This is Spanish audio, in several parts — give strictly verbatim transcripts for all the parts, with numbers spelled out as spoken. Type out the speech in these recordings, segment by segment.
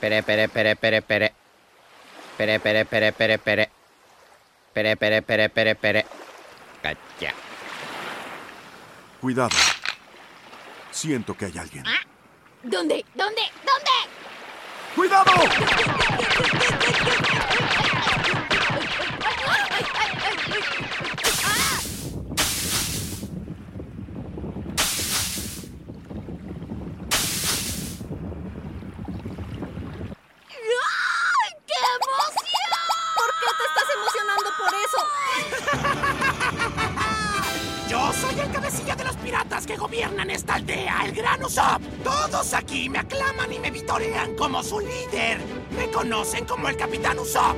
Pere, pere, pere, pere, pere. Pere, pere, pere, pere, pere. Pere, pere, pere, pere, pere. Cacha. Cuidado. Siento que hay alguien. ¿Ah? ¿Dónde? ¿Dónde? ¿Dónde? ¡Cuidado! Yo soy el cabecilla de los piratas que gobiernan esta aldea, el Gran Usopp. Todos aquí me aclaman y me vitorean como su líder. Me conocen como el Capitán Usopp.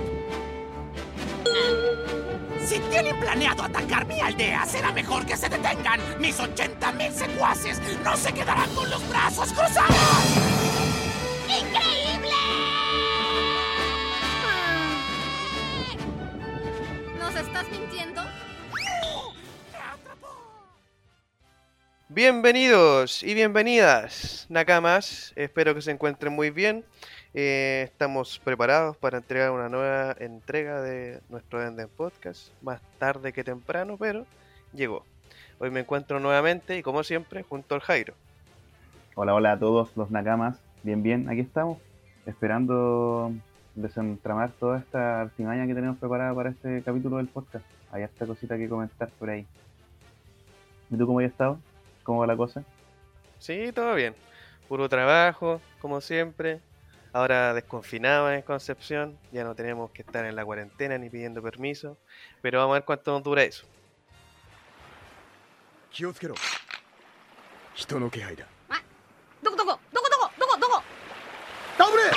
Si tienen planeado atacar mi aldea, será mejor que se detengan. Mis ochenta mil secuaces no se quedarán con los brazos cruzados. ¡Increíble! ¿Nos estás mintiendo? Bienvenidos y bienvenidas, Nakamas. Espero que se encuentren muy bien. Eh, estamos preparados para entregar una nueva entrega de nuestro Denden Podcast. Más tarde que temprano, pero llegó. Hoy me encuentro nuevamente y como siempre junto al Jairo. Hola, hola a todos los Nakamas. Bien, bien, aquí estamos. Esperando desentramar toda esta artimaña que tenemos preparada para este capítulo del podcast. Hay esta cosita que comentar por ahí. ¿Y tú cómo has estado? ¿Cómo va la cosa? Sí, todo bien. Puro trabajo, como siempre. Ahora desconfinado en Concepción. Ya no tenemos que estar en la cuarentena ni pidiendo permiso. Pero vamos a ver cuánto nos dura eso. 気をつけろ。人の気配だ。 あ、どこどこどこどこどこどこ。 ダブ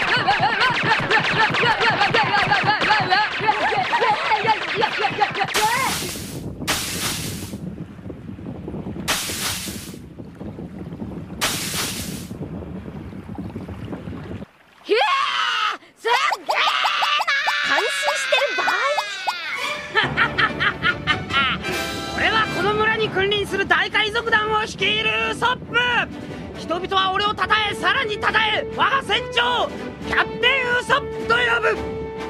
ひゃー！すっげーな！感心してる場合？ 俺はこの村に君臨する大海賊団を率いるウソップ。人々は俺を称え、さらに称え、我が船長キャプテンウソップと呼ぶ。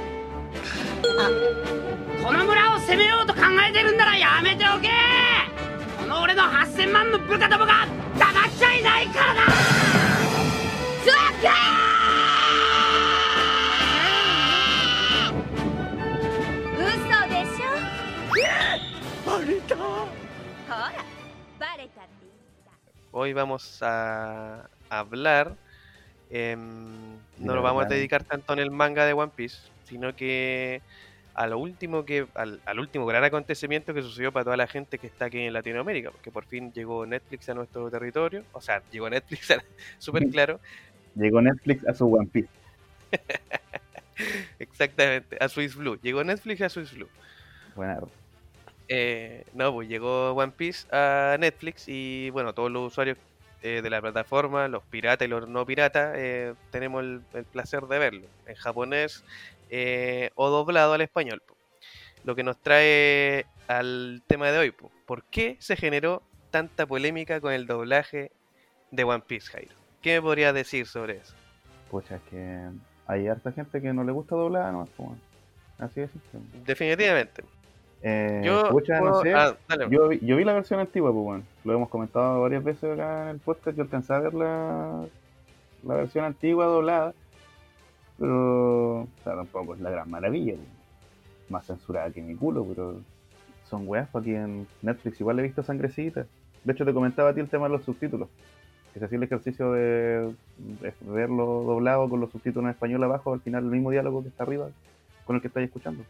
あ、この村を攻めようと考えてるんならやめておけ。この俺のはっせんまんの部下どもが黙っちゃいないからな。 すっげー！嘘でしょ。 バレた。 ほら、バレたって言った。 Hoy vamos a hablar, eh, no nos vamos a dedicar tanto en el manga de One Piece, sino que a lo último que al, al último gran acontecimiento que sucedió para toda la gente que está aquí en Latinoamérica, porque por fin llegó Netflix a nuestro territorio, o sea, llegó Netflix, súper claro. Llegó Netflix a su One Piece. Exactamente, a Swiss Blue, llegó Netflix a Swiss Blue. Buena. Eh, no, pues llegó One Piece a Netflix y bueno, todos los usuarios eh, de la plataforma, los piratas y los no piratas, eh, tenemos el, el placer de verlo en japonés eh, o doblado al español. Po. Lo que nos trae al tema de hoy, po. ¿Por qué se generó tanta polémica con el doblaje de One Piece, Jairo? ¿Qué me podrías decir sobre eso? Pucha, es que hay harta gente que no le gusta doblar, ¿no? Como, así es. Definitivamente. Eh, Yo, pucha, no puedo- sé. ah, dale. Yo, vi- yo vi la versión antigua, pues bueno. Lo hemos comentado varias veces acá en el podcast. Yo alcancé a ver la, la versión antigua doblada. Pero, o sea, tampoco es la gran maravilla, pues. Más censurada que mi culo, pero son weas para que en Netflix igual he visto sangrecita. De hecho, te comentaba a ti el tema de los subtítulos. Que se hacía el ejercicio de, de verlo doblado con los subtítulos en español abajo, al final el mismo diálogo que está arriba con el que estáis escuchando.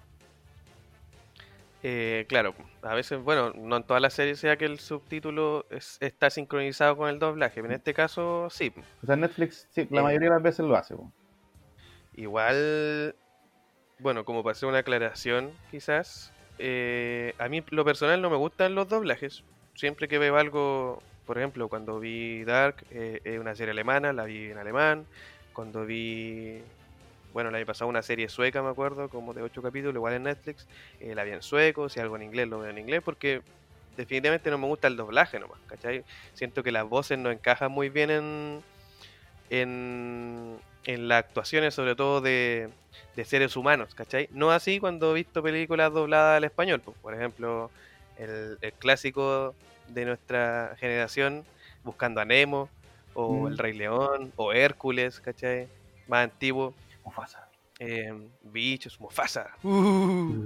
Eh, claro, a veces, bueno, no en todas las series sea que el subtítulo es- está sincronizado con el doblaje, pero en este caso sí. O sea, Netflix, sí, la Eh. mayoría de las veces lo hace, pues. Igual, bueno, como para hacer una aclaración, quizás, eh, a mí lo personal no me gustan los doblajes. Siempre que veo algo, por ejemplo, cuando vi Dark, eh, es una serie alemana, la vi en alemán. Cuando vi, bueno, el año pasado una serie sueca, me acuerdo, como de ocho capítulos, igual en Netflix, eh, la vi en sueco, si algo en inglés lo veo en inglés, porque definitivamente no me gusta el doblaje nomás, ¿cachai? Siento que las voces no encajan muy bien en, en, en las actuaciones, sobre todo de, de seres humanos, ¿cachai? No así cuando he visto películas dobladas al español, pues, por ejemplo, el, el clásico de nuestra generación, Buscando a Nemo, o Mm. El Rey León, o Hércules, ¿cachai? Más antiguo, Mufasa. eh, Bichos, Mufasa. Mm.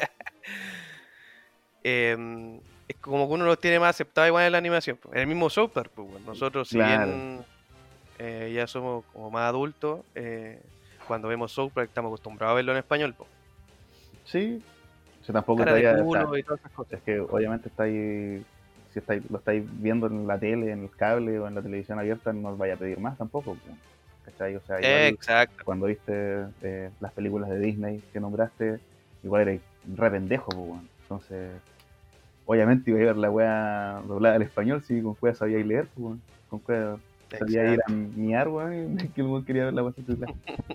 Eh, es como que uno los tiene más aceptados igual en la animación, pues. El mismo South Park, pues, bueno. Nosotros si Claro. bien eh, ya somos como más adultos, eh, cuando vemos South Park estamos acostumbrados a verlo en español, pues. Sí, o sea, tampoco Cara de todavía, o sea, culo y todas esas cosas. es que obviamente estáis, si estáis, lo estáis viendo en la tele, en el cable o en la televisión abierta, no os vaya a pedir más tampoco, pues, ¿cachai? O sea, igual Exacto. cuando viste eh, las películas de Disney que nombraste, igual erais re pendejo, pues, weón. Entonces, obviamente iba a ver la weá doblada al español, si con cueva sabíais leer, pues, weón. Con cueva sabía ir a miar, weón, y que el weón quería ver la weá subtitulada.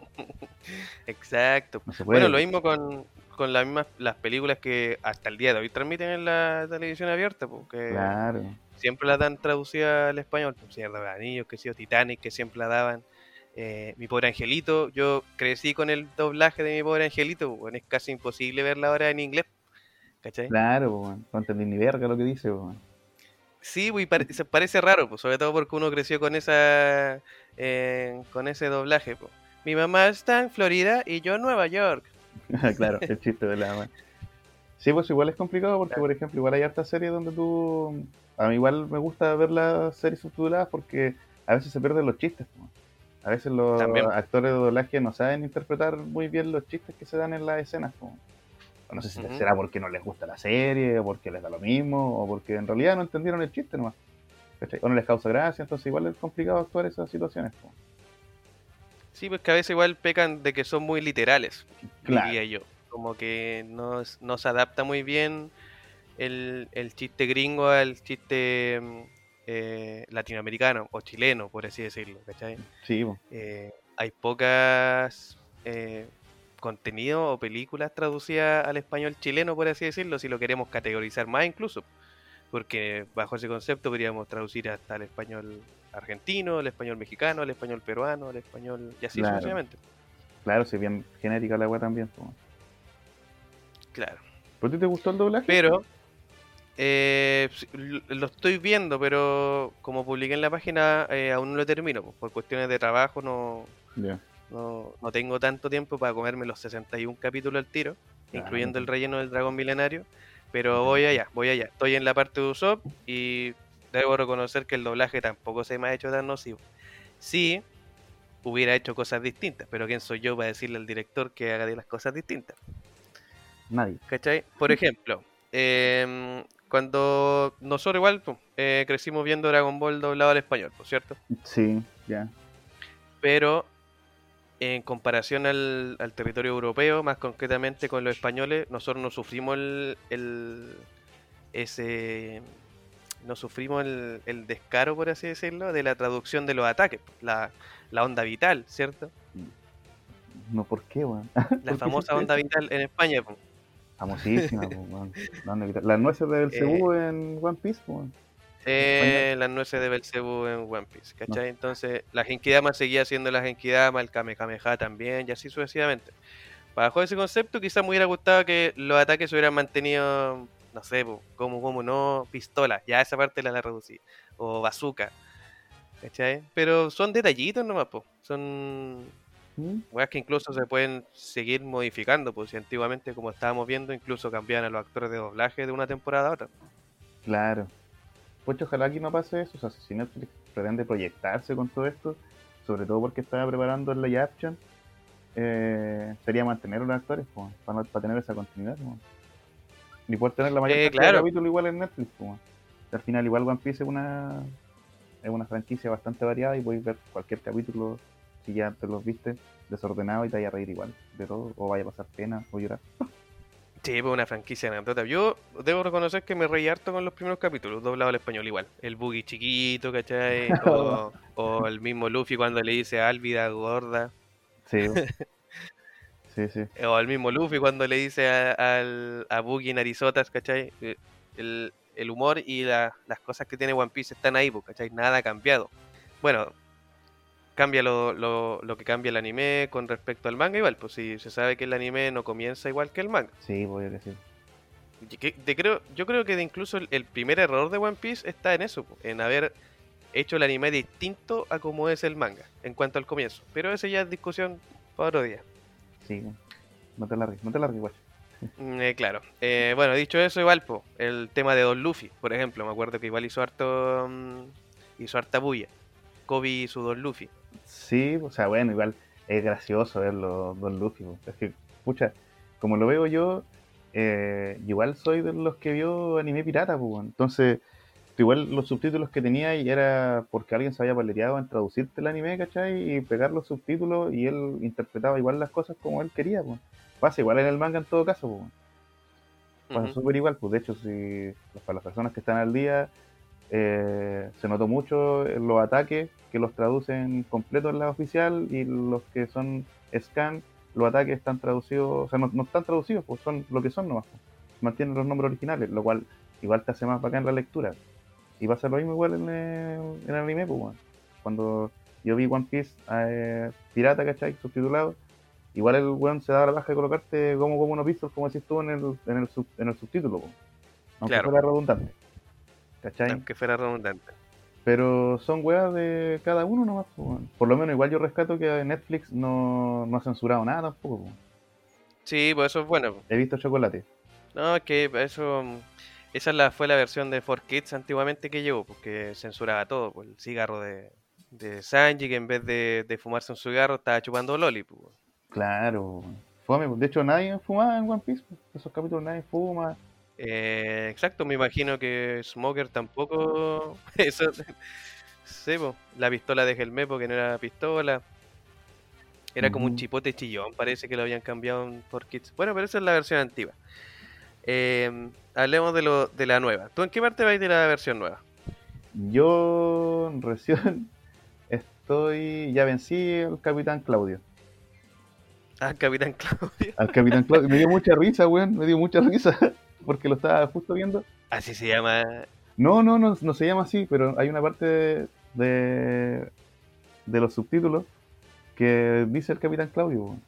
Exacto. No se puede. Bueno, lo mismo con, con las mismas las películas que hasta el día de hoy transmiten en la televisión abierta, porque Claro. siempre la dan traducida al español. Pues, Señor de los Anillos, que sí, o Titanic, que siempre la daban. Eh, Mi Pobre Angelito, yo crecí con el doblaje de Mi Pobre Angelito, pues, bueno, es casi imposible verla ahora en inglés, ¿cachai? Claro, pues, weón. No entendí ni verga lo que dice, pues, weón. Sí, pues, y pare- se parece raro, pues, sobre todo porque uno creció con esa eh, con ese doblaje, pues. Mi mamá está en Florida y yo en Nueva York. Claro, el chiste de la weá. Sí, pues igual es complicado porque, por ejemplo, igual hay hartas series donde tú... A mí igual me gusta ver las series subtituladas porque a veces se pierden los chistes, pues. A veces los También. actores de doblaje no saben interpretar muy bien los chistes que se dan en las escenas, pues. O no sé si Ujú. será porque no les gusta la serie, o porque les da lo mismo, o porque en realidad no entendieron el chiste nomás. ¿Cachai? O no les causa gracia, entonces igual es complicado actuar esas situaciones, pues. Sí, pues que a veces igual pecan de que son muy literales, Claro. diría yo. Como que no, es- no se adapta muy bien el, el chiste gringo al chiste mm, eh, latinoamericano o chileno, por así decirlo, ¿cachai? Sí, pues. Eh, hay pocas eh, contenido o películas traducidas al español chileno, por así decirlo, si lo queremos categorizar más incluso. Porque bajo ese concepto podríamos traducir hasta el español argentino, el español mexicano, el español peruano, el español y así Claro. sucesivamente. Claro, si bien genérica la weá también, pues. Claro. ¿Por ti te gustó el doblaje? Pero eh, sí, lo lo estoy viendo, pero como publiqué en la página, eh, aún no lo termino. Pues, por cuestiones de trabajo no, Ya. no, no tengo tanto tiempo para comerme los sesenta y un capítulos al tiro, Ah, incluyendo el ok. relleno del dragón milenario. Pero voy allá, voy allá. Estoy en la parte de Usopp y debo reconocer que el doblaje tampoco se me ha hecho tan nocivo. Sí, hubiera hecho cosas distintas, pero ¿quién soy yo para decirle al director que haga de las cosas distintas? Nadie. ¿Cachai? Por ejemplo, em, cuando nosotros igual pues, eh, crecimos viendo Dragon Ball doblado al español, ¿por cierto? Sí, ya. Pero en comparación al, al territorio europeo, más concretamente con los españoles, nosotros no sufrimos el, el- ese no sufrimos el, el descaro, por así decirlo, de la traducción de los ataques, la, la onda vital, ¿cierto? No, ¿por qué, weón? La ¿Por qué famosa hiciste onda eso? vital en España, po. Famosísima, pues, weón. La onda vital. Las nueces de Belcebú en One Piece, pues, weón. Eh, las nueces de Belcebú en One Piece, ¿cachai? Entonces, la Genkidama seguía siendo la Genkidama, el Kamehameha también, y así sucesivamente. Bajo ese concepto, quizás me hubiera gustado que los ataques se hubieran mantenido, no sé, po, como, como no, pistola, ya esa parte la, la reducí, o bazooka, ¿cachai? Pero son detallitos nomás, po. Son ¿Mm? weas que incluso se pueden seguir modificando, pues si antiguamente, como estábamos viendo, incluso cambiaban a los actores de doblaje de una temporada a otra. Claro. Pues ojalá aquí no pase eso. O sea, si Netflix pretende proyectarse con todo esto, sobre todo porque estaba preparando el live action, eh, sería mantener a los actores, pues, para, no- para tener esa continuidad, pues. Y poder tener la mayor Eh, cantidad claro. de capítulos igual en Netflix, pues. Al final igual One Piece es una es una franquicia bastante variada y podéis ver cualquier capítulo si ya te los viste desordenado y te vaya a reír igual de todo, o vaya a pasar pena o llorar. Sí, pues una franquicia grandota. Yo debo reconocer que me reí harto con los primeros capítulos, doblado al español igual. El Buggy chiquito, ¿cachai? O, o el mismo Luffy cuando le dice Álvida gorda. Sí, sí, sí. O el mismo Luffy cuando le dice a, al, a Buggy narizotas, ¿cachai? Eh, El, el humor y la- las cosas que tiene One Piece están ahí, pues, ¿cachai? Nada ha cambiado. Bueno, cambia lo, lo, lo que cambia el anime con respecto al manga igual, pues si se sabe que el anime no comienza igual que el manga. Sí, voy a decir. Y que- de creo, yo creo que de incluso el, el primer error de One Piece está en eso, po, en haber hecho el anime distinto a como es el manga, en cuanto al comienzo. Pero esa ya es discusión para otro día. Sí, no te largues, no te largues, guacho. Mm, eh, claro. Eh, bueno, dicho eso, igual, po, el tema de Don Luffy, por ejemplo, me acuerdo que igual hizo harto, mm, hizo harta bulla. Kobe y su Don Luffy. Sí, o sea, bueno, igual es gracioso verlo, Don Luffy. Po. Es que, pucha, como lo veo yo, eh, igual soy de los que vio anime pirata, pues. Entonces, igual los subtítulos que tenía y era porque alguien se había paleteado en traducirte el anime, ¿cachai? Y pegar los subtítulos y él interpretaba igual las cosas como él quería, pues. Pasa igual en el manga en todo caso, pues. Pasa Ujú. súper igual, pues de hecho, si para las personas que están al día, eh, se notó mucho en los ataques que los traducen completos en la oficial y los que son scan, los ataques están traducidos, o sea, no, no están traducidos, pues son lo que son nomás, pues. Mantienen los nombres originales, lo cual igual te hace más bacán la lectura. Y va a ser lo mismo igual en el, en el anime, pues, bueno. Cuando yo vi One Piece eh, pirata, ¿cachai? Subtitulado, igual el weón se daba la baja de colocarte como, como unos vistos, como decís tú en el, en el, sub, en el subtítulo, pues. Aunque Claro. fuera redundante, ¿cachai? Aunque fuera redundante. Pero son weas de cada uno nomás, pues, weón. Por lo menos igual yo rescato que Netflix no, no ha censurado nada tampoco, pues. Sí, pues eso es bueno. He visto chocolate. No, es que eso. mm, Esa es la, fue la versión de cuatro Kids antiguamente que llegó, porque censuraba todo. Pues, el cigarro de, de Sanji, que en vez de, de fumarse un cigarro estaba chupando Loli. Pues. Claro, fome, pues. De hecho nadie fumaba en One Piece, pues. Esos capítulos nadie fuma. Eh, exacto, me imagino que Smoker tampoco. Eso. Sí, pues, la pistola de Helmepo, que no era pistola. Era como un Ujú. chipote chillón, parece que lo habían cambiado en cuatro Kids. Bueno, pero esa es la versión antigua. Eh, hablemos de, lo, de la nueva. ¿Tú en qué parte vais de la versión nueva? Yo recién estoy, ya vencí al Capitán Claudio. Ah, Capitán Claudio. Al Capitán Claudio, me dio mucha risa, weón, me dio mucha risa, porque lo estaba justo viendo. Así se llama. No, no, no, no se llama así, pero hay una parte de, de, de los subtítulos que dice el Capitán Claudio, weón.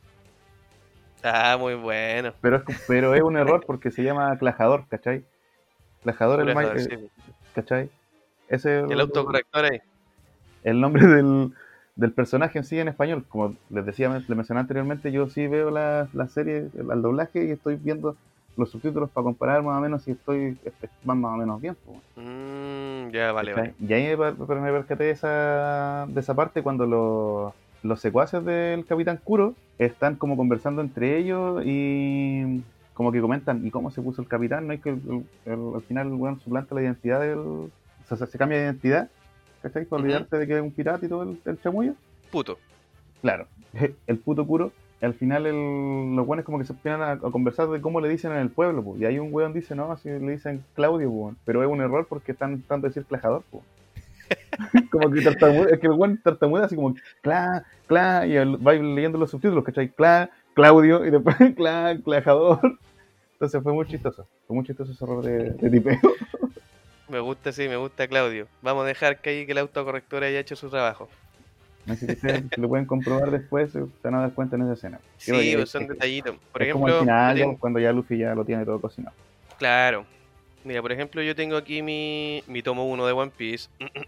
Ah, muy bueno. Pero es, pero es un error porque se llama Clajador, ¿cachai? Clajador el, ma- Claro, eh, sí. ¿cachai? Ese es El el, autocorrector ahí. el nombre del, del personaje en sí en español. Como les decía, les mencioné anteriormente, yo sí veo la, la serie, el, el doblaje, y estoy viendo los subtítulos para comparar más o menos si estoy es- van más o menos bien, pues. Mm, ya, vale, ¿Cachai? vale. Y ahí me, per- per- me percaté de esa, de esa parte cuando los, los secuaces del Capitán Kuro están como conversando entre ellos y como que comentan, ¿y cómo se puso el capitán? No es que el- el- al final el weón suplanta la identidad del... O sea, se, se cambia de identidad, ¿cachai? Para Ujú. olvidarte de que es un pirata y todo el, el chamullo. Puto. Claro, el puto Kuro. Al final el, los weones como que se empiezan a, a conversar de cómo le dicen en el pueblo, pues. Y ahí un weón dice, no, así le dicen Claudio, pues. Pero es un error porque están tratando de decir Clajador, pues. Como que tartamuda, es que el weón tartamuda así como cla, cla, y el, va leyendo los subtítulos, ¿cachai? Cla, Claudio, y después cla, Clajador. Entonces fue muy chistoso, fue muy chistoso ese error de, de tipeo. Me gusta, sí, me gusta Claudio. Vamos a dejar que ahí que el autocorrector haya hecho su trabajo. Así que ustedes lo pueden comprobar después, se van a dar cuenta en esa escena. Sí, Oye, pues es- son es- detallitos. Por es como al ejemplo, final, yo ya, tengo- cuando ya Luffy ya lo tiene todo cocinado. claro. Mira, por ejemplo, yo tengo aquí mi, mi tomo uno de One Piece,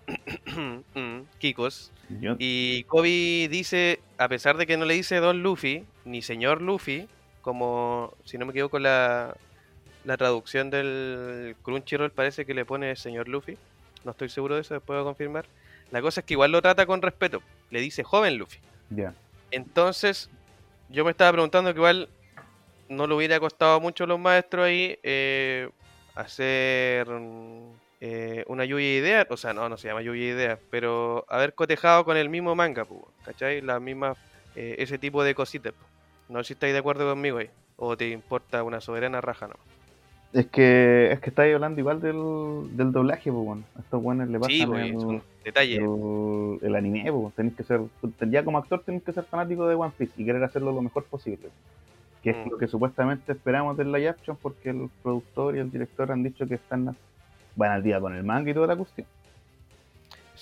Mm, Kikos, Yo, y Kobe dice, a pesar de que no le dice Don Luffy, ni señor Luffy, como, si no me equivoco, la, la traducción del Crunchyroll parece que le pone señor Luffy, no estoy seguro de eso, después voy a confirmar. La cosa es que igual lo trata con respeto, le dice joven Luffy. ya. Entonces, yo me estaba preguntando que igual no le hubiera costado mucho a los maestros ahí eh, hacer mm, eh, una lluvia de ideas, o sea, no, no se llama lluvia de ideas, pero haber cotejado con el mismo manga, pues, ¿cachai? La misma, eh, ese tipo de cositas, pues. No sé si estáis de acuerdo conmigo ahí, o te importa una soberana raja, ¿no? Es que es que estáis hablando igual del, del doblaje, pues, bueno. A estos buenos le pasan Sí, pues, el, son detalles. el, el anime, pues. Tenéis que ser, ya como actor tenéis que ser fanático de One Piece y querer hacerlo lo mejor posible. Que es Mm. lo que supuestamente esperamos del live action, porque el productor y el director han dicho que están van al día con el manga y toda la cuestión.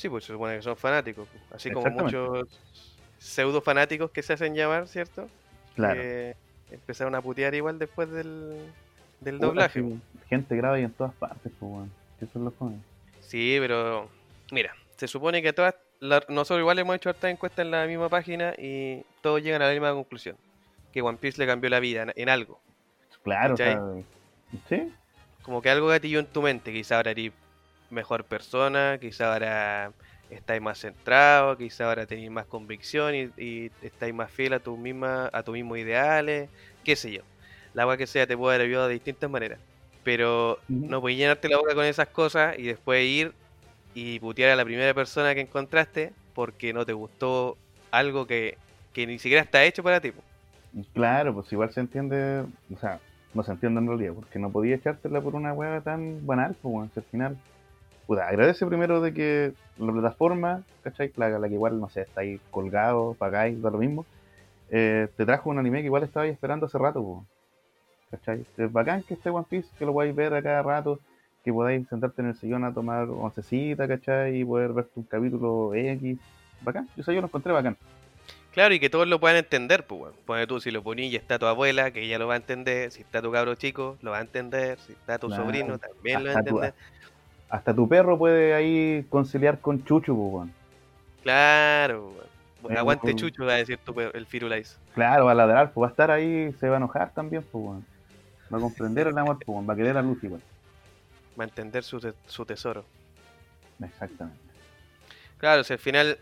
Sí, pues se supone que son fanáticos, pues. Así como Exactamente. muchos pseudo fanáticos que se hacen llamar, ¿cierto? Claro. Que empezaron a putear igual después del, del Puta, doblaje, sí, pues. gente grave y en todas partes, pues, weón. Que eso es lo fome. Sí, pero mira, se supone que todas, la- nosotros igual hemos hecho hartas encuestas en la misma página y todos llegan a la misma conclusión, que One Piece le cambió la vida en, en algo, Claro, o ¿cachai? sea, sí, Como que algo gatilló en tu mente, quizá ahora eres mejor persona, quizá ahora estáis más centrado, quizá ahora tenéis más convicción y, y estáis más fiel a tus misma, a tus mismos ideales, qué sé yo. La agua que sea te puede haber ayudado de distintas maneras, pero ujú, no puedes llenarte la boca con esas cosas y después ir y putear a la primera persona que encontraste porque no te gustó algo que, que ni siquiera está hecho para ti, po. claro, pues igual se entiende, o sea, no se entiende en realidad, porque no podía echártela por una hueá tan banal, pues, weón, si al final, puta, agradece primero de que la plataforma, ¿cachai? La, la que igual, no sé, está ahí colgado, pagáis, da lo mismo, eh, te trajo un anime que igual estabais esperando hace rato, pues, ¿cachai? Es bacán que esté One Piece, que lo podáis ver a cada rato, que podáis sentarte en el sillón a tomar oncecita, ¿cachai? Y poder verte un capítulo X, bacán, yo sé, yo lo encontré bacán. Claro, y que todos lo puedan entender, pues, weón. Pone tú, si lo ponís y está tu abuela, que ella lo va a entender. Si está tu cabro chico, lo va a entender. Si está tu sobrino, Claro, también lo va a hasta tu, entender. hasta tu perro puede ahí conciliar con Chucho, pues, weón. Claro, weón. Eh, Aguante weón, Chucho, va a decir tu, pe- el Firulais. claro, va a ladrar, pues va a estar ahí, se va a enojar también, pues, weón. Va a comprender el amor, pues, weón, va a querer a Lucy, weón. Va a entender su, te- su tesoro. Exactamente. Claro, si al final,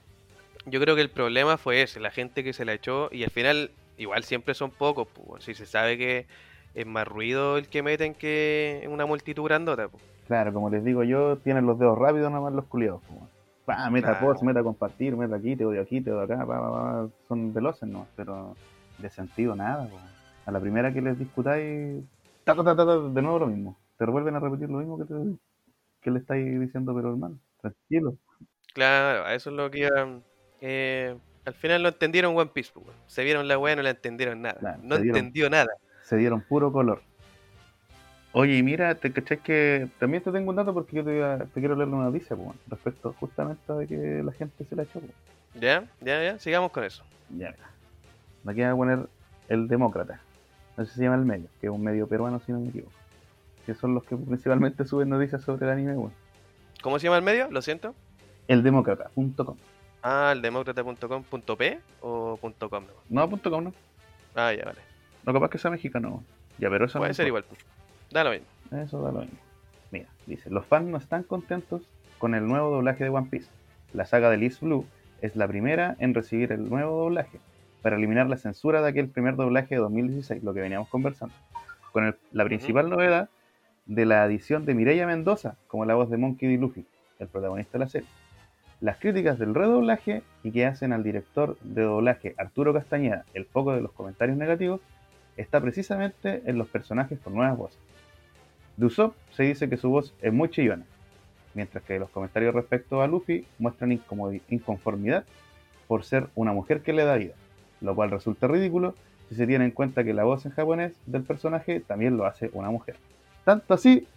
yo creo que el problema fue ese, la gente que se la echó. Y al final, igual siempre son pocos, pues, weón. Si se sabe que es más ruido el que meten que una multitud grandota, pues. Claro, como les digo yo, tienen los dedos rápidos nomás los culiados, pues, weón. Pa, meta Claro. post, meta compartir, meta aquí, te odio aquí, te odio acá, pa, pa, pa, son veloces nomás, pero de sentido nada, weón. A la primera que les discutáis, ta, ta, ta, ta, ta, de nuevo lo mismo. Te vuelven a repetir lo mismo que, te, que le estáis diciendo, pero hermano, tranquilo. Claro, a eso es lo que iba. eh, al final no entendieron One Piece, pues, weón. Se vieron la weá y no la entendieron nada. Claro, No se dieron, entendió nada. se dieron puro color. Oye, y mira, te cachai que también te tengo un dato porque yo te, iba- te quiero leer una noticia, pues, respecto justamente a que la gente se la echó, pues. ¿Ya? ¿Ya? ¿Ya? Sigamos con eso. Ya, mira. Aquí voy a poner El Demócrata. No sé si se llama El Medio, que es un medio peruano, si no me equivoco. Que son los que principalmente suben noticias sobre el anime, bueno. ¿Cómo se llama el medio? Lo siento. el demócrata punto com. Ah, el demócrata punto com punto p o punto .com. No, punto .com, no. Ah, ya, vale. Lo capaz que sea mexicano, bueno. Ya, pero eso Puede no ser importa. igual. Da lo mismo. Eso da lo mismo. Mira, dice, los fans no están contentos con el nuevo doblaje de One Piece. La saga de East Blue es la primera en recibir el nuevo doblaje, para eliminar la censura de aquel primer doblaje de dos mil dieciséis, lo que veníamos conversando. Con el- la principal novedad de la adición de Mireia Mendoza como la voz de Monkey D. Luffy, el protagonista de la serie. Las críticas del redoblaje y que hacen al director de doblaje Arturo Castañeda el foco de los comentarios negativos está precisamente en los personajes con nuevas voces. De Usopp se dice que su voz es muy chillona, mientras que los comentarios respecto a Luffy muestran incomodi- inconformidad por ser una mujer que le da vida, lo cual resulta ridículo si se tiene en cuenta que la voz en japonés del personaje también lo hace una mujer. Tanto así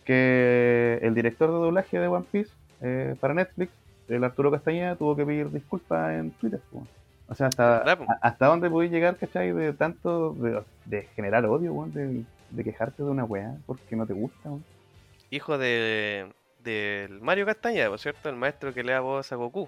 que el director de doblaje de One Piece eh, para Netflix, el Arturo Castañeda, tuvo que pedir disculpas en Twitter, pues. O sea, hasta, ¿Verdad, po? a- hasta dónde podéis llegar, ¿cachai? De tanto, de, de generar odio, weón, de, de quejarte de una weá porque no te gusta, weón. Hijo de del Mario Castañeda, por cierto, el maestro que le da voz a Goku.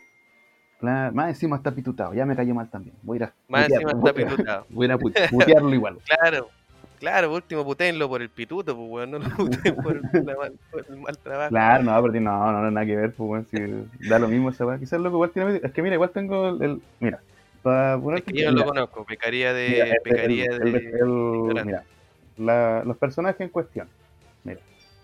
Claro, más encima está pitutado, ya me cayó mal también. Voy a ir a Más putear- encima voy- está pitutado. Voy a ir a put- putearlo igual. Claro, claro, por último putéenlo por el pituto, pues weón, no lo puteen por, el- la mal- por el mal trabajo. Claro, no, pero no, no, no, nada que ver, pues, weón, si da lo mismo esa weá. Quizás lo que igual tiene. Es que mira, igual tengo el. el- mira, para Es ponerte. que yo no mira, lo conozco, pecaría de. mira, el- pecaría el- de. el- el- ignorante. mira, la- los personajes en cuestión. Mira,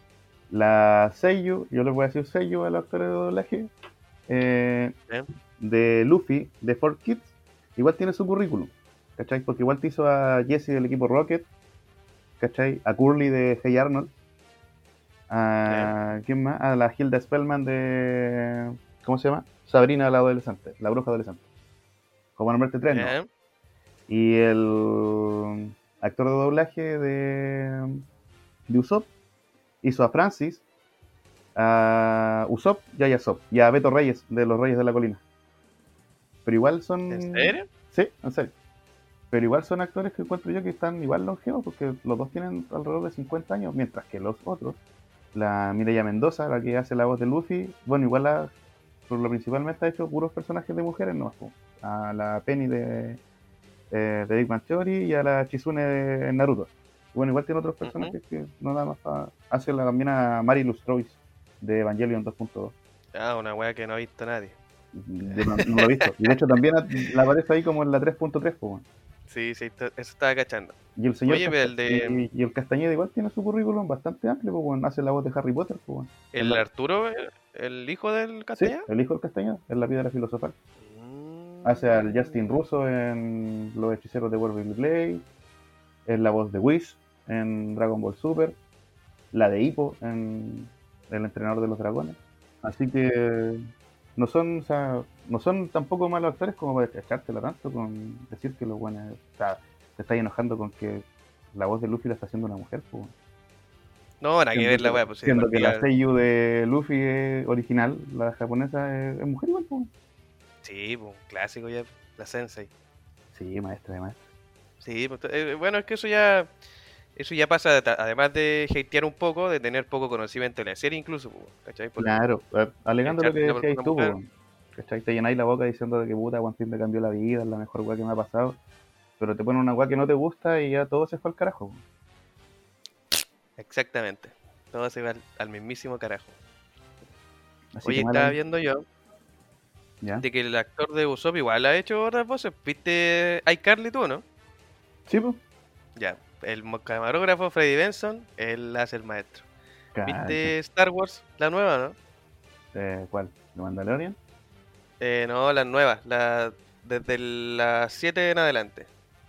la Seiyu, yo les voy a decir Seiyu a los actores de doblaje. Eh, ¿Eh? de Luffy, de Four Kids, igual tiene su currículum, ¿cachai? Porque igual te hizo a Jesse del equipo Rocket, ¿cachai? A Curly de Hey Arnold, a ¿quién más? A la Hilda Spellman de, ¿cómo se llama? Sabrina la adolescente, la bruja adolescente, como nombrarte tres, ¿no? ¿Eh? Y el actor de doblaje de, de Usopp hizo a Francis a Usopp y a Yasop, y a Beto Reyes, de los Reyes de la Colina. Pero igual son... ¿En serio? Sí, en serio. Pero igual son actores que encuentro yo que están igual longevos, porque los dos tienen alrededor de cincuenta años, mientras que los otros, la Mireia Mendoza, la que hace la voz de Luffy, bueno, igual la, por lo principalmente ha hecho puros personajes de mujeres, no, a la Penny de, eh, de Big Bang Theory y a la Chizune de Naruto. Bueno, igual tiene otros personajes uh-huh. que no nada más pa, hace la, también a Mary Lustrois de Evangelion dos punto dos. Ah, una wea que no ha visto nadie. De, no, no lo he visto. Y de hecho también la aparece ahí como en la tres punto tres, pues bueno. Sí, sí, eso estaba cachando. Y el señor Oye, Casta- el de... y, y el Castañeda igual tiene su currículum bastante amplio, pues bueno, hace la voz de Harry Potter, pues bueno. ¿El la... Arturo, el, el hijo del Sí, Castañeda? el hijo del Castañeda, es la piedra filosofal. Mm. Hace al Justin Russo en Los Hechiceros de Waverly Place, es la voz de Whis en Dragon Ball Super, la de Hippo en El Entrenador de los Dragones. Así que no son, o sea, no son tampoco malos actores como para echártela tanto con decir que los buenos, o sea, te estás enojando con que la voz de Luffy la está haciendo una mujer, pues. No, nada que ver la weá, pues sí, siendo que partida- la seiyuu de Luffy es original, la japonesa es, es mujer igual, pues. Sí, pues, un clásico ya, la Sensei. Sí, maestra de maestra. Sí, pues, eh, bueno, es que eso ya eso ya pasa, de ta- además de hatear un poco, de tener poco conocimiento de la serie incluso, pues, ¿cachai? Porque Claro, eh, alegando lo que echarte una decías tú, mujer. pues, ¿cachai? Te llenáis la boca diciendo de que puta, One Piece me cambió la vida, es la mejor weá que me ha pasado, pero te ponen una weá que no te gusta y ya todo se fue al carajo, pues. Exactamente. Todo se va al, al mismísimo carajo. Así Oye, que mal estaba ahí. viendo yo ¿Ya? de que el actor de Usopp igual ha hecho otras voces. ¿Viste iCarly tú, no? Sí, pues. Ya. El mo- camarógrafo Freddy Benson, él hace el maestro. Cacha. ¿Viste Star Wars? La nueva, ¿no? Eh, ¿Cuál? ¿De Mandalorian? Eh, no, las nuevas. La, desde las siete en adelante.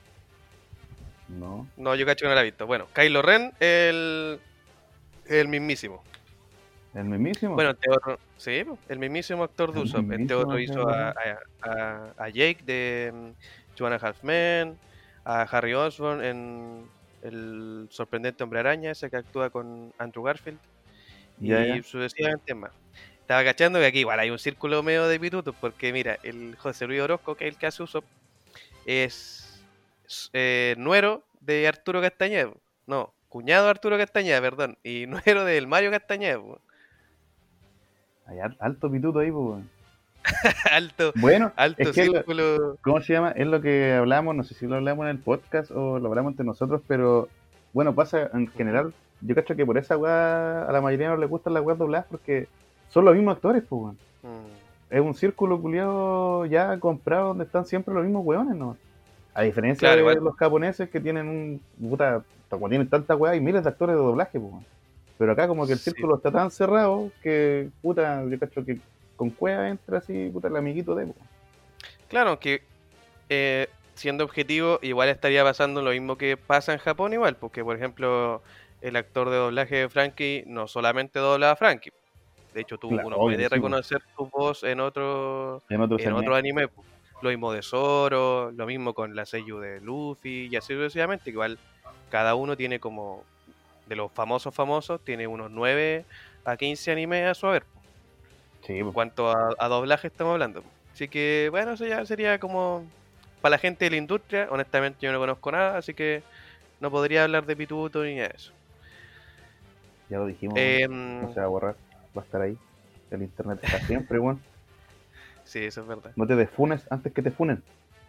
No. No, yo cacho que no la he visto. Bueno, Kylo Ren, el, el mismísimo. ¿El mismísimo? Bueno, entre otros, sí, po, el mismísimo actor de El Usopp. Entre mismísimo otros hizo a, actor a, a- a Jake de mm, Two and a Half Men, a Harry Osborn en El Sorprendente Hombre Araña, ese que actúa con Andrew Garfield, Ya, y ya. sucesivamente más. Estaba cachando que aquí igual hay un círculo medio de pitutos, porque mira, el José Luis Orozco, que es el que hace Usopp, es eh, nuero de Arturo Castañeda. No, cuñado de Arturo Castañeda, perdón, y nuero del Mario Castañeda. po. Hay al- alto pituto ahí, pues. weón. Alto, Bueno, alto es que lo- círculo. ¿cómo se llama? Es lo que hablamos, no sé si lo hablamos en el podcast o lo hablamos entre nosotros, pero bueno, pasa en general, yo cacho que por esa weá a la mayoría no les gustan las weas dobladas porque son los mismos actores, pues, weón. Mm, Es un círculo culiado ya comprado donde están siempre los mismos weones, ¿no? A diferencia Claro, de igual. los japoneses que tienen un puta, como tienen tanta weá y miles de actores de doblaje, pues, weón. Pero acá como que el Sí. círculo está tan cerrado que, puta, yo cacho que con cueva entra así, puta, el amiguito de, pues. Claro, que eh, siendo objetivo, igual estaría pasando lo mismo que pasa en Japón, igual, porque por ejemplo, el actor de doblaje de Frankie no solamente dobla a Frankie. De hecho, tú Claro, uno obvio, puede sí, reconocer tu voz en otro En otros en animes. otro anime. po. Lo mismo de Zoro, lo mismo con la seiyuu de Luffy y así sucesivamente. Igual cada uno tiene como, de los famosos famosos, tiene unos nueve a quince animes a su haber. Sí, En pues. cuanto a, a doblaje estamos hablando. Así que, bueno, eso ya sería como para la gente de la industria. Honestamente yo no conozco nada, así que no podría hablar de pituto ni nada de eso. Ya lo dijimos, Eh, no se va a borrar, va a estar ahí. El internet está siempre, weón. sí, eso es verdad. No te desfunes antes que te funen.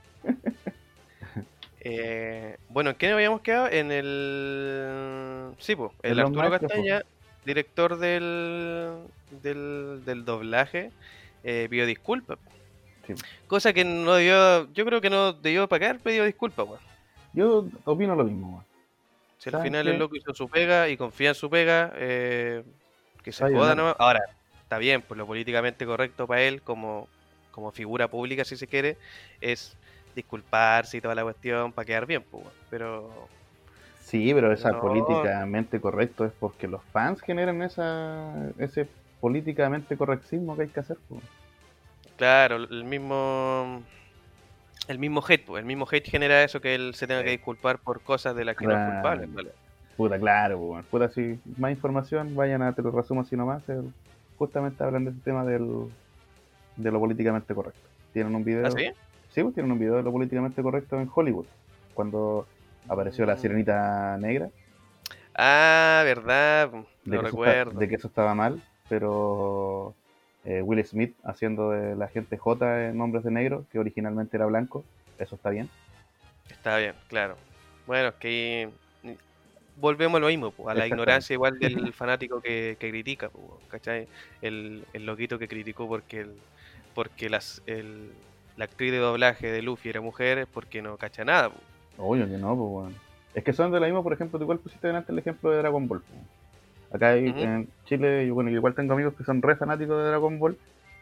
Eh, bueno, ¿en qué nos habíamos quedado? En el... Sí, pues, En el los Arturo maestros, po. Castaña, director del, del, del doblaje, eh, pidió disculpas. Sí. Cosa que no debió, yo creo que no debió pagar, pidió disculpas, weón. Yo opino lo mismo, weón. Si al ¿Sabes final qué? el loco hizo su pega y confía en su pega, eh, que se Ay, joda no. nomás. Ahora, está bien, pues lo políticamente correcto para él, como, como figura pública, si se quiere, es disculparse y toda la cuestión para quedar bien, pues, weón. Pero Sí, pero esa No. políticamente correcto es porque los fans generan esa ese políticamente correccismo que hay que hacer, pues. claro, el mismo el mismo hate, pues, el mismo hate genera eso, que él se tenga Sí. que disculpar por cosas de las que no es Claro. culpable, ¿vale? Puta, claro, pues, weón. Puta, si más información, vayan a Te lo resumo así nomás. eh, Justamente hablan de este tema del, de lo políticamente correcto. Tienen un video, ¿Ah, sí? sí, pues tienen un video de lo políticamente correcto en Hollywood, cuando apareció la Mm. sirenita negra, Ah, verdad, de lo que eso, está- recuerdo. de que eso estaba mal, pero eh, Will Smith haciendo de la gente J en Hombres de Negro, que originalmente era blanco, eso está bien. Está bien, claro. Bueno, es que ahí, mm, volvemos a lo mismo, po, a la Exactamente. ignorancia igual del fanático que, que critica, po, ¿cachai? El, el loquito que criticó porque el, porque las, el, la actriz de doblaje de Luffy era mujer es porque no cacha nada, po. Obvio que no, pues bueno. Es que son de la misma, por ejemplo, tú igual pusiste delante el ejemplo de Dragon Ball, po. Acá hay, Ujú. en Chile, yo, bueno, yo igual tengo amigos que son re fanáticos de Dragon Ball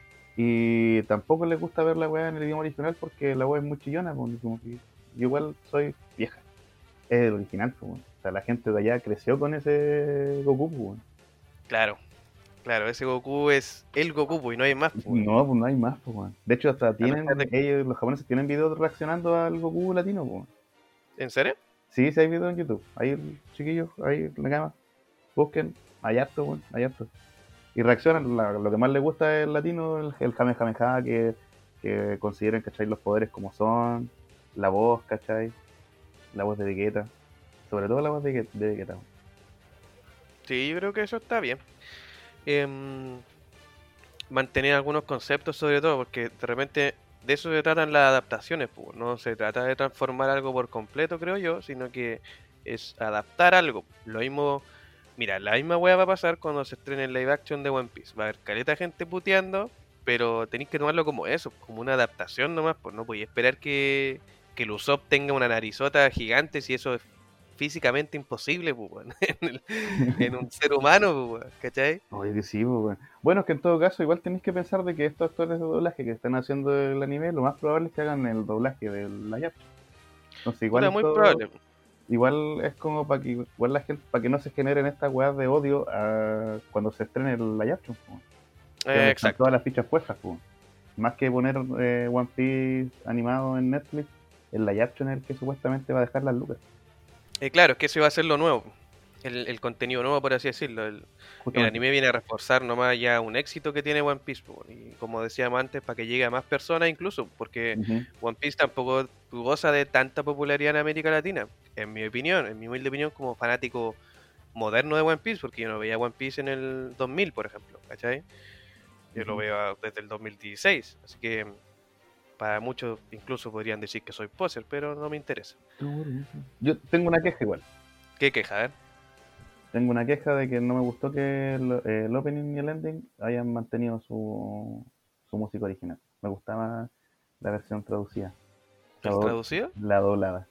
y tampoco les gusta ver la weá en el idioma original porque la weá es muy chillona, pues, como que yo igual soy vieja, es el original, pues, weón. O sea, la gente de allá creció con ese Goku, pues, weón. Claro, claro, ese Goku es el Goku, po, y no hay más, po. No, pues no hay más, pues, weón. De hecho, hasta A pesar tienen, de que- ellos, los japoneses tienen videos reaccionando al Goku latino, pues. ¿En serio? Sí, sí hay videos en YouTube. Ahí, chiquillos, ahí en la cama, busquen, hay harto, weón, hay harto. Y reaccionan, la- lo que más les gusta es el latino, el, el Kamehameha, que, que consideren, ¿cachai? Los poderes como son, la voz, ¿cachai? La voz de Vegeta, sobre todo la voz de, Vege- de Vegeta. Sí, yo creo que eso está bien. Em, mantener algunos conceptos sobre todo, porque de repente de eso se tratan las adaptaciones, pues. No se trata de transformar algo por completo, creo yo, sino que es adaptar algo. Lo mismo, mira, la misma wea va a pasar cuando se estrene el live action de One Piece. Va a haber caleta de gente puteando, pero tenéis que tomarlo como eso, como una adaptación nomás, pues no podéis esperar que, que el Usopp tenga una narizota gigante si eso es físicamente imposible, pues, weón, en, el- en un ser humano, pues, weón, ¿cachai? Oye, que sí, pues, weón. Bueno, es que en todo caso, igual tenéis que pensar de que estos actores de doblaje que están haciendo el anime, lo más probable es que hagan el doblaje del live action. Entonces, igual Puta, es muy todo- probable. igual es como para que igual la gente, para que no se generen estas weas de odio ah, cuando se estrene el live action, pues. Que Eh, donde están exacto. todas las fichas puestas, pues. Más que poner eh, One Piece animado en Netflix, el live action es el que supuestamente va a dejar las lucas. Eh, claro, es que eso iba a ser lo nuevo. El, el contenido nuevo, por así decirlo. El, el Justamente. anime viene a reforzar nomás ya un éxito que tiene One Piece, po, y como decíamos antes, para que llegue a más personas incluso, porque Ujú. One Piece tampoco goza de tanta popularidad en América Latina, en mi opinión, en mi humilde opinión como fanático moderno de One Piece, porque yo no veía One Piece en el dos mil, por ejemplo, ¿cachai? Yo lo Ujú. veo desde el dos mil dieciséis, así que para muchos incluso podrían decir que soy poser, pero no me interesa. Yo tengo una queja igual. ¿Qué queja? A ver. Tengo una queja de que no me gustó que el, el opening y el ending hayan mantenido su, su música original. Me gustaba la versión traducida. La, ¿El do- traducido? la doblada.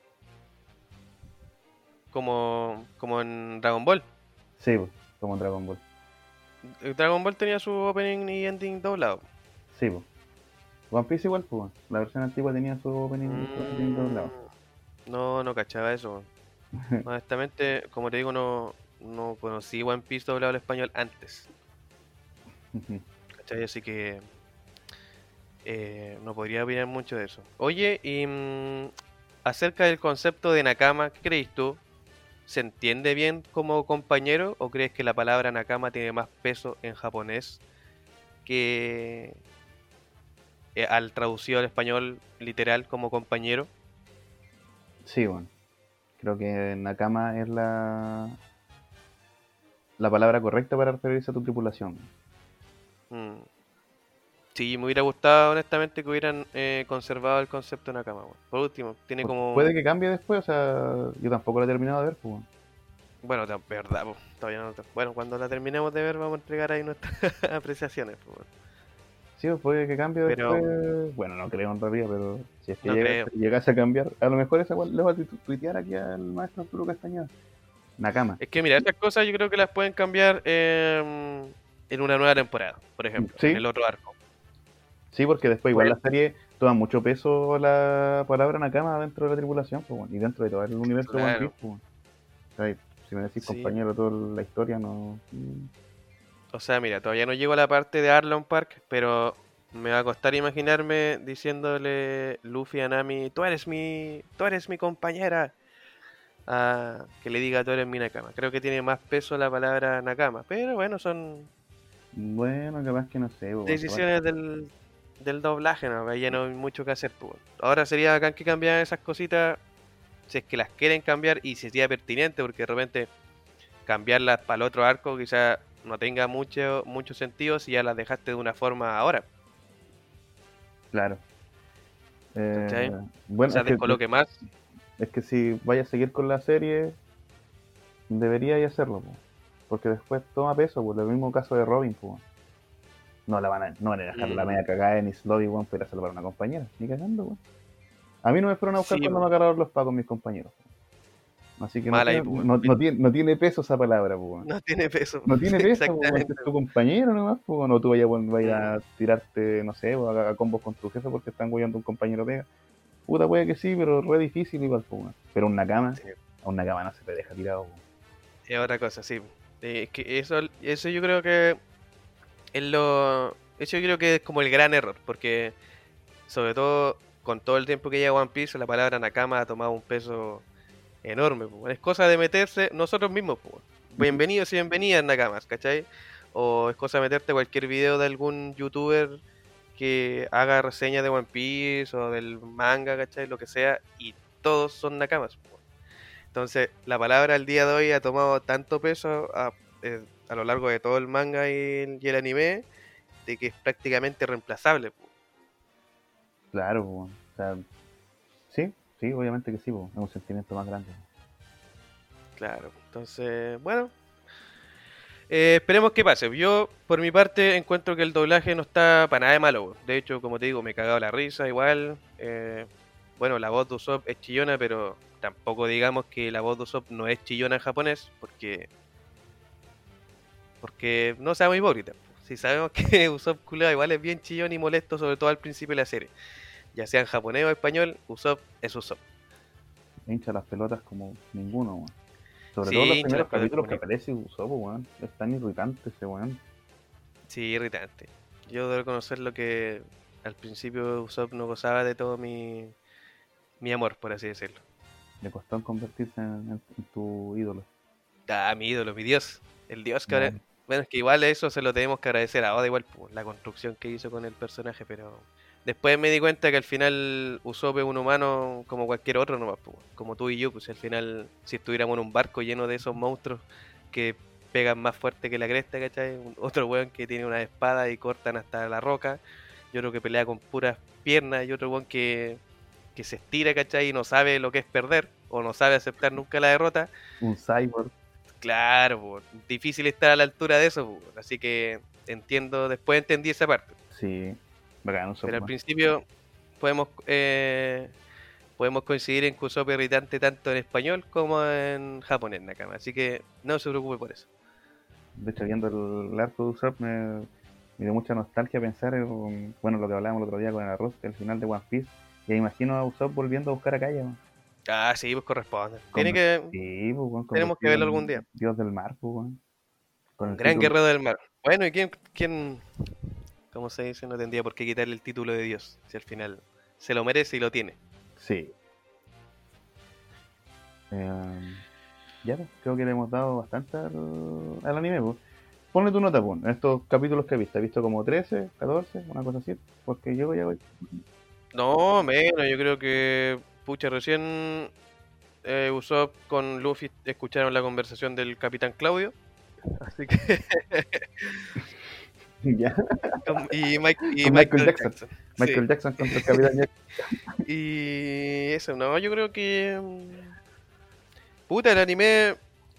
Como, como en Dragon Ball. Sí, pues, como Dragon Ball. Eh, Dragon Ball tenía su opening y ending doblado. Sí, pues. One Piece igual, pues. La versión antigua tenía su opening y su ending doblado. Mm, no, no cachaba eso. Honestamente, como te digo, no, no conocí One Piece doblado al español antes. ¿Cachai? Así que eh, no podría opinar mucho de eso. Oye, y mm, acerca del concepto de Nakama, ¿qué crees tú? ¿Se entiende bien como compañero o crees que la palabra Nakama tiene más peso en japonés que eh, al traducido al español literal como compañero? Sí, bueno. Creo que Nakama es la, la palabra correcta para referirse a tu tripulación. Mm. Sí, me hubiera gustado honestamente que hubieran eh, conservado el concepto de Nakama, weón. Por último, tiene como... Puede que cambie después, o sea, yo tampoco lo he terminado de ver, pues. Bueno, de verdad, po, todavía no... Bueno, cuando la terminemos de ver vamos a entregar ahí nuestras apreciaciones, po, weón. Sí, pues, puede que cambie Pero- después. Bueno, no creo en realidad, pero si es que No llega- creo. llegase a cambiar, a lo mejor esa igual le va a tu- tuitear aquí al maestro Arturo Castañeda. Nakama. Es que mira, estas cosas yo creo que las pueden cambiar eh, en una nueva temporada, por ejemplo, Sí. en el otro arco. Sí, porque después igual Bueno. la serie toma mucho peso la palabra Nakama dentro de la tripulación, pues, bueno, y dentro de todo el universo de One Claro. Piece, pues, bueno. O sea, si me decís Sí. compañero toda la historia, no. O sea, mira, todavía no llego a la parte de Arlong Park, pero me va a costar imaginarme diciéndole Luffy a Nami, tú eres mi, tú eres mi compañera. a que le diga tú eres mi Nakama. Creo que tiene más peso la palabra Nakama, pero bueno, son Bueno, capaz que no sé, po, weón, capaz- decisiones del, del doblaje, ¿no? Ya no hay mucho que hacer, pues. Ahora sería bacán que cambiaran esas cositas, si es que las quieren cambiar y si sería pertinente, porque de repente cambiarlas para el otro arco quizá no tenga mucho, mucho sentido si ya las dejaste de una forma ahora. Claro. Eh, ¿Cachai? bueno, O sea, es que, descoloque más. es que si vaya a seguir con la serie, debería ya hacerlo, po, porque después toma peso, por el mismo caso de Robin, po. No la van a, no van a dejar la Mm. media cagada en Slobby, weón, para ir a salvar a una compañera, ni cagando, weón. A mí no me fueron a buscar Sí, cuando po. me agarraron los pagos mis compañeros, po. Así que no Mal ahí, tiene, po. no, no tiene, no tiene peso esa palabra, po, weón. No tiene peso. No tiene peso, po, weón, Exactamente. es tu compañero nomás, po, no tú vayas, weón, vayas Mm. a tirarte, no sé, weón, a, a combos con tu jefe porque están guiando un compañero pega. Puta, puede que sí, pero re difícil igual, po, weón. Pero una cama, Sí. a una cama no se te deja tirado, weón. Es otra cosa, sí. Eh, Es que eso, eso yo creo que es lo. Eso yo creo que es como el gran error, porque sobre todo con todo el tiempo que lleva One Piece, la palabra Nakama ha tomado un peso enorme. Po. Es cosa de meterse nosotros mismos. Po. Bienvenidos y bienvenidas Nakamas, ¿cachai? O es cosa de meterte cualquier video de algún youtuber que haga reseñas de One Piece o del manga, ¿cachai? Lo que sea, y todos son Nakamas. Po. Entonces, la palabra al día de hoy ha tomado tanto peso a, eh, a lo largo de todo el manga y el, y el anime, de que es prácticamente reemplazable. Po. Claro, po, weón. O sea, sí, sí, obviamente que sí, po. Es un sentimiento más grande. Claro, entonces, bueno, eh, esperemos que pase. Yo, por mi parte, encuentro que el doblaje no está para nada de malo. Po. De hecho, como te digo, me he cagado la risa igual. eh, bueno, la voz de Usopp es chillona, pero tampoco digamos que la voz de Usopp no es chillona en japonés, porque porque no seamos hipócritas. Po. Si sabemos que Usopp culiao igual es bien chillón y molesto, sobre todo al principio de la serie. Ya sea en japonés o español, Usopp es Usopp. Hincha las pelotas como ninguno, weón. Sobre Sí, todo los hincha primeros las pelotas capítulos como que ni- aparece Usopp, weón. Es tan irritante ese weón. Sí, irritante. Yo debo reconocer lo que al principio Usopp no gozaba de todo mi, mi amor, por así decirlo. Le costó en convertirse en, en- en tu ídolo. Ah, mi ídolo, mi dios. El dios que Ya. ahora... Bueno, es que igual eso se lo tenemos que agradecer a Oda igual por la construcción que hizo con el personaje, pero después me di cuenta que al final Usopp es un humano como cualquier otro nomás, po, como tú y yo, pues al final si estuviéramos en un barco lleno de esos monstruos que pegan más fuerte que la cresta, ¿cachai? Un- Otro weón que tiene una espada y cortan hasta la roca, y otro que pelea con puras piernas, y otro weón que, que se estira, ¿cachai? Y no sabe lo que es perder, o no sabe aceptar nunca la derrota. Un cyborg. Claro, po, difícil estar a la altura de eso, po, así que entiendo, después entendí esa parte. Sí. Bacán, Usopp, Pero al weón. principio podemos eh, podemos coincidir en que Usopp es irritante tanto en español como en japonés, Nakama. Así que no se preocupe por eso. De hecho, viendo el, el arco de Usopp me, me dio mucha nostalgia pensar en, bueno, lo que hablábamos el otro día con el arroz, el final de One Piece. Y imagino a Usopp volviendo a buscar a Kaya, weón. Ah, sí, pues corresponde. Tiene que Sí, pues, weón, tenemos que convertido verlo en algún día. Dios del mar, pues, weón. Con Un el gran título- guerrero del mar. Bueno, ¿y quién, quién, cómo se dice? No tendría por qué quitarle el título de Dios, si al final se lo merece y lo tiene. Sí. Eh, ya, pues, creo que le hemos dado bastante al, al anime, pues. Ponle tu nota, pues, en estos capítulos que viste. ¿Has visto como trece, catorce, una cosa así? Porque yo ya voy. No, menos, yo creo que, pucha, recién eh, Usopp con Luffy escucharon la conversación del Capitán Claudio. Así que. ya. y, Mike- y Con Michael, Michael Jackson. Jackson. Michael Sí. Jackson contra el Capitán Jack. Y eso, no, yo creo que. mm, Puta, el anime.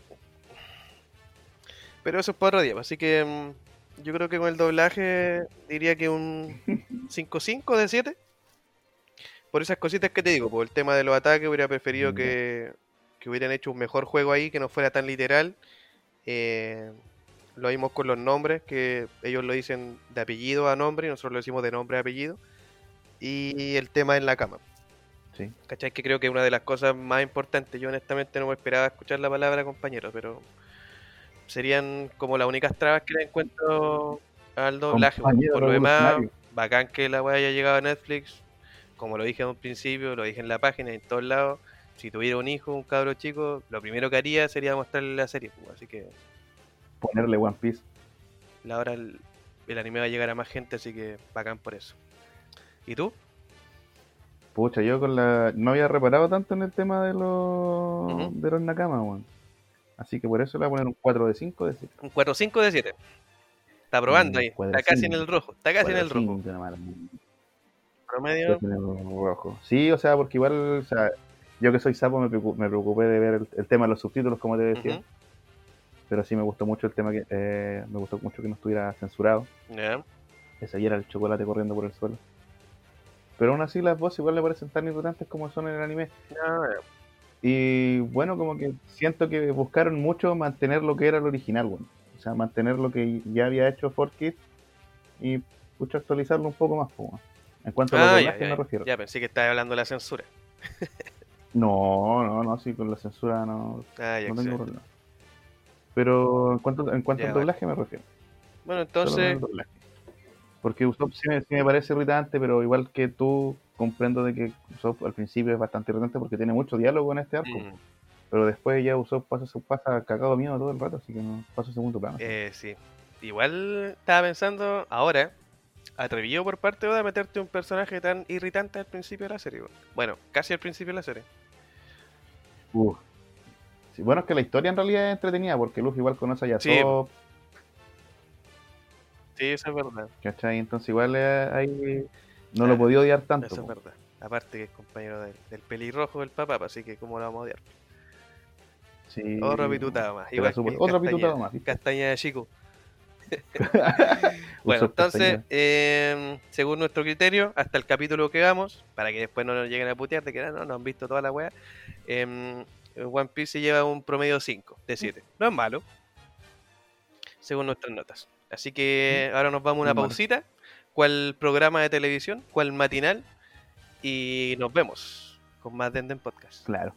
Pero eso es para otro día, así que. mm, Yo creo que con el doblaje diría que un cinco cinco de siete. Por esas cositas que te digo, por el tema de los ataques, hubiera preferido Ya. que, que hubieran hecho un mejor juego ahí, que no fuera tan literal. Eh, lo vimos con los nombres, que ellos lo dicen de apellido a nombre y nosotros lo decimos de nombre a apellido. Y el tema en la cama. Sí. ¿Cachai? Que creo que es una de las cosas más importantes. Yo honestamente no me esperaba escuchar la palabra compañero, pero serían como las únicas trabas que le encuentro al doblaje. weón. Compañero Por lo demás, revolucionario. bacán que la weá haya llegado a Netflix. Como lo dije en un principio, lo dije en la página y en todos lados. si tuviera un hijo, un cabro chico, lo primero que haría sería mostrarle la serie, pues, así que Ponerle One Piece. la hora el, el anime va a llegar a más gente, así que bacán por eso. ¿Y tú? Pucha, yo con la. No había reparado tanto en el tema de los. Ujú. De los Nakama, weón. Así que por eso le voy a poner un cuatro de cinco de siete. Un cuatro cinco de siete. Está probando Un ahí. cuadro Está casi en cinco. el rojo. Está casi en el rojo. cinco, nomás. Promedio. En el rojo. Sí, o sea, porque igual, o sea, yo que soy sapo me preocu- me preocupé de ver el, el tema de los subtítulos, como te decía. Ujú. Pero sí me gustó mucho el tema que. Eh, me gustó mucho que no estuviera censurado. Ya. Ese ahí era el chocolate corriendo por el suelo. Pero aún así las voces igual le parecen tan irritantes como son en el anime. Ya, Y bueno, como que siento que buscaron mucho mantener lo que era el original, bueno. O sea, mantener lo que ya había hecho cuatro Kids y mucho actualizarlo un poco más, pues, bueno. En cuanto a los Ah, ya, doblajes ya, me ya. refiero. Ya, pensé que estabas hablando de la censura. No, no, no, sí, con la censura no, Ah, ya, no tengo excelente. problema. Pero en cuanto, en cuanto Ya, al vale. doblaje me refiero. Bueno, Solo con entonces, el doblaje. Porque Usopp sí me, sí me parece irritante, pero igual que tú, comprendo de que Usopp al principio es bastante irritante porque tiene mucho diálogo en este arco. mm, Pero después ya Usopp pasa, pasa cagado de miedo todo el rato, así que no pasa a segundo plano. eh, sí. Igual estaba pensando ahora, atrevido por parte de Oda meterte un personaje tan irritante al principio de la serie. Bueno, Bueno, casi al principio de la serie. Uf. Sí, bueno, es que la historia en realidad es entretenida porque Luffy igual conoce a Yasop, Sí. Sí, eso es verdad. ¿cachai? Entonces igual eh, ahí no Claro, lo podía odiar tanto. Eso es po. verdad. Aparte que es compañero del, del pelirrojo del papá, así que cómo lo vamos a odiar. Sí, Otro pitutado más. Era Igual súper- que otro Castañeda. pitutado más, ¿viste? Castañeda de chico. Bueno, Usopp entonces, Castañeda. eh, según nuestro criterio, hasta el capítulo que vamos, para que después no nos lleguen a putear de que "Ah, no, no han visto toda la wea, eh, One Piece se lleva un promedio cinco de siete. No es malo, según nuestras notas. Así que ahora nos vamos a una No es malo. pausita. ¿Cuál programa de televisión? ¿Cuál matinal? Y nos vemos con más Denden Podcast. Claro.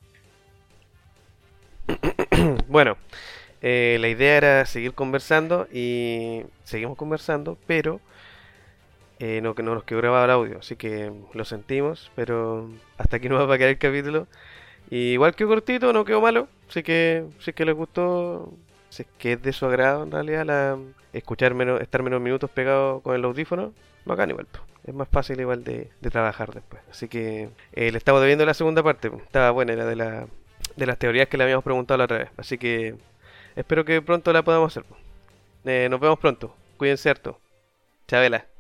Bueno, eh, la idea era seguir conversando y seguimos conversando, pero eh, no, que no nos quedó grabado el audio, así que lo sentimos, pero hasta aquí no va a quedar el capítulo. Y igual quedó cortito, no quedó malo, así que si es que les gustó, si es que es de su agrado en realidad la, escuchar menos, estar menos minutos pegado con el audífono, bacán igual, po. Es más fácil igual de, de trabajar después. Así que eh, le estaba debiendo la segunda parte, po. Estaba buena, era de la de las teorías que le habíamos preguntado la otra vez. Así que espero que pronto la podamos hacer. po. Eh, nos vemos pronto. Cuídense harto. Chabela.